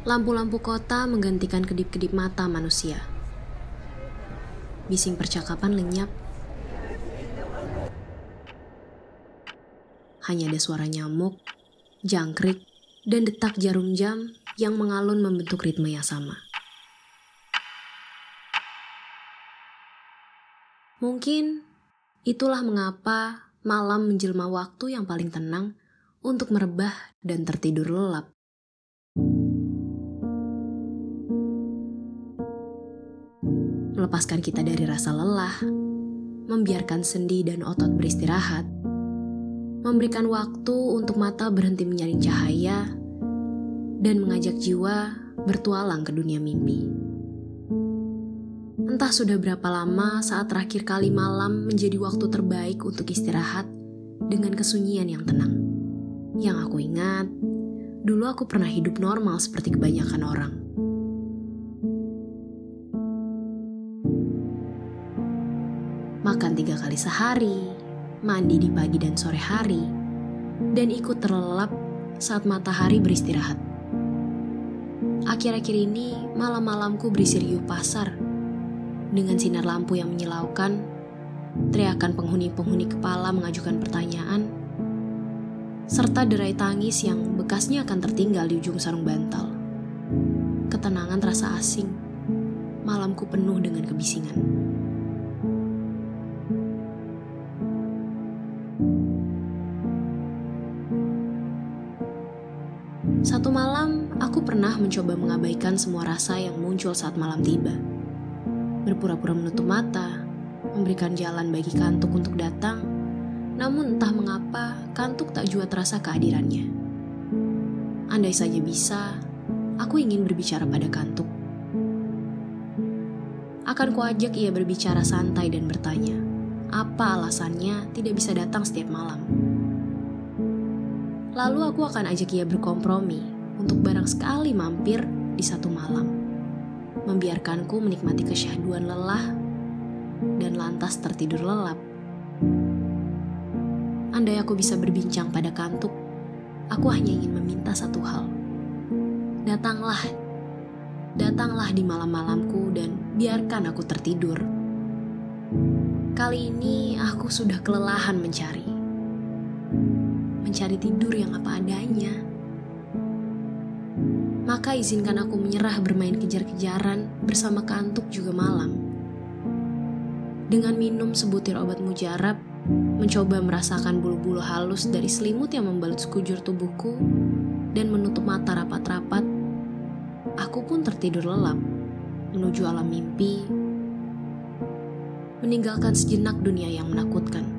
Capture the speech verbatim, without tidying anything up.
Lampu-lampu kota menggantikan kedip-kedip mata manusia. Bising percakapan lenyap. Hanya ada suara nyamuk, jangkrik, dan detak jarum jam yang mengalun membentuk ritme yang sama. Mungkin itulah mengapa malam menjelma waktu yang paling tenang untuk merebah dan tertidur lelap. Melepaskan kita dari rasa lelah, membiarkan sendi dan otot beristirahat, memberikan waktu untuk mata berhenti menyaring cahaya, dan mengajak jiwa bertualang ke dunia mimpi. Entah sudah berapa lama saat terakhir kali malam menjadi waktu terbaik untuk istirahat dengan kesunyian yang tenang. Yang aku ingat, dulu aku pernah hidup normal seperti kebanyakan orang. Makan tiga kali sehari, mandi di pagi dan sore hari, dan ikut terlelap saat matahari beristirahat. Akhir-akhir ini malam-malamku berisi riuh pasar, dengan sinar lampu yang menyilaukan, teriakan penghuni-penghuni kepala mengajukan pertanyaan, serta derai tangis yang bekasnya akan tertinggal di ujung sarung bantal. Ketenangan terasa asing, malamku penuh dengan kebisingan. Satu malam, aku pernah mencoba mengabaikan semua rasa yang muncul saat malam tiba. Berpura-pura menutup mata, memberikan jalan bagi kantuk untuk datang, namun entah mengapa kantuk tak jua terasa kehadirannya. Andai saja bisa, aku ingin berbicara pada kantuk. Akan kuajak ia berbicara santai dan bertanya, apa alasannya tidak bisa datang setiap malam. Lalu aku akan ajak ia berkompromi untuk barang sekali mampir di satu malam, membiarkanku menikmati kesyahduan lelah dan lantas tertidur lelap. Andai aku bisa berbincang pada kantuk, aku hanya ingin meminta satu hal. Datanglah, datanglah di malam-malamku dan biarkan aku tertidur. Kali ini aku sudah kelelahan mencari. Mencari tidur yang apa adanya. Maka izinkan aku menyerah bermain kejar-kejaran bersama kantuk juga malam. Dengan minum sebutir obat mujarab, mencoba merasakan bulu-bulu halus dari selimut yang membalut sekujur tubuhku, dan menutup mata rapat-rapat, aku pun tertidur lelap, menuju alam mimpi, meninggalkan sejenak dunia yang menakutkan.